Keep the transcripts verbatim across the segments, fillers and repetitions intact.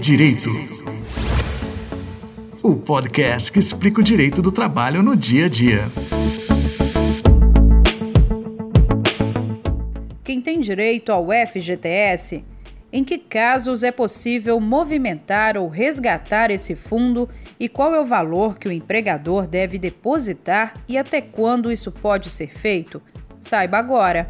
Direito. O podcast que explica o direito do trabalho no dia a dia. Quem tem direito ao F G T S? Em que casos é possível movimentar ou resgatar esse fundo e qual é o valor que o empregador deve depositar e até quando isso pode ser feito? Saiba agora!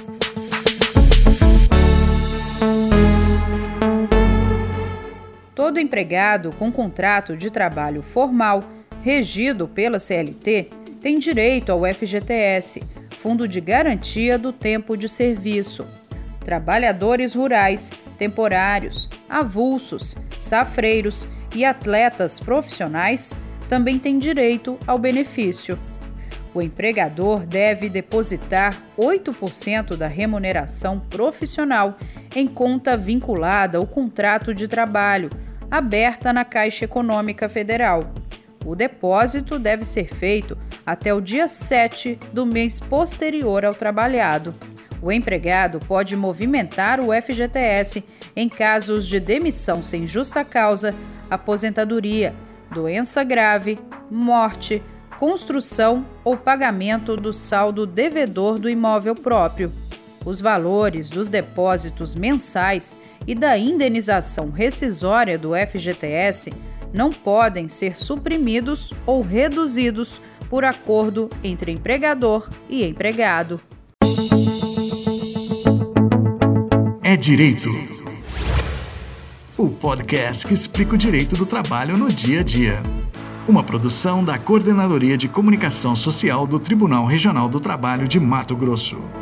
Todo empregado com contrato de trabalho formal, regido pela C L T, tem direito ao F G T S, Fundo de Garantia do Tempo de Serviço. Trabalhadores rurais, temporários, avulsos, safreiros e atletas profissionais também têm direito ao benefício. O empregador deve depositar oito por cento da remuneração profissional em conta vinculada ao contrato de trabalho, aberta na Caixa Econômica Federal. O depósito deve ser feito até o dia sete do mês posterior ao trabalhado. O empregado pode movimentar o F G T S em casos de demissão sem justa causa, aposentadoria, doença grave, morte, construção ou pagamento do saldo devedor do imóvel próprio. Os valores dos depósitos mensais e da indenização rescisória do F G T S não podem ser suprimidos ou reduzidos por acordo entre empregador e empregado. É Direito. O podcast que explica o direito do trabalho no dia a dia. Uma produção da Coordenadoria de Comunicação Social do Tribunal Regional do Trabalho de Mato Grosso.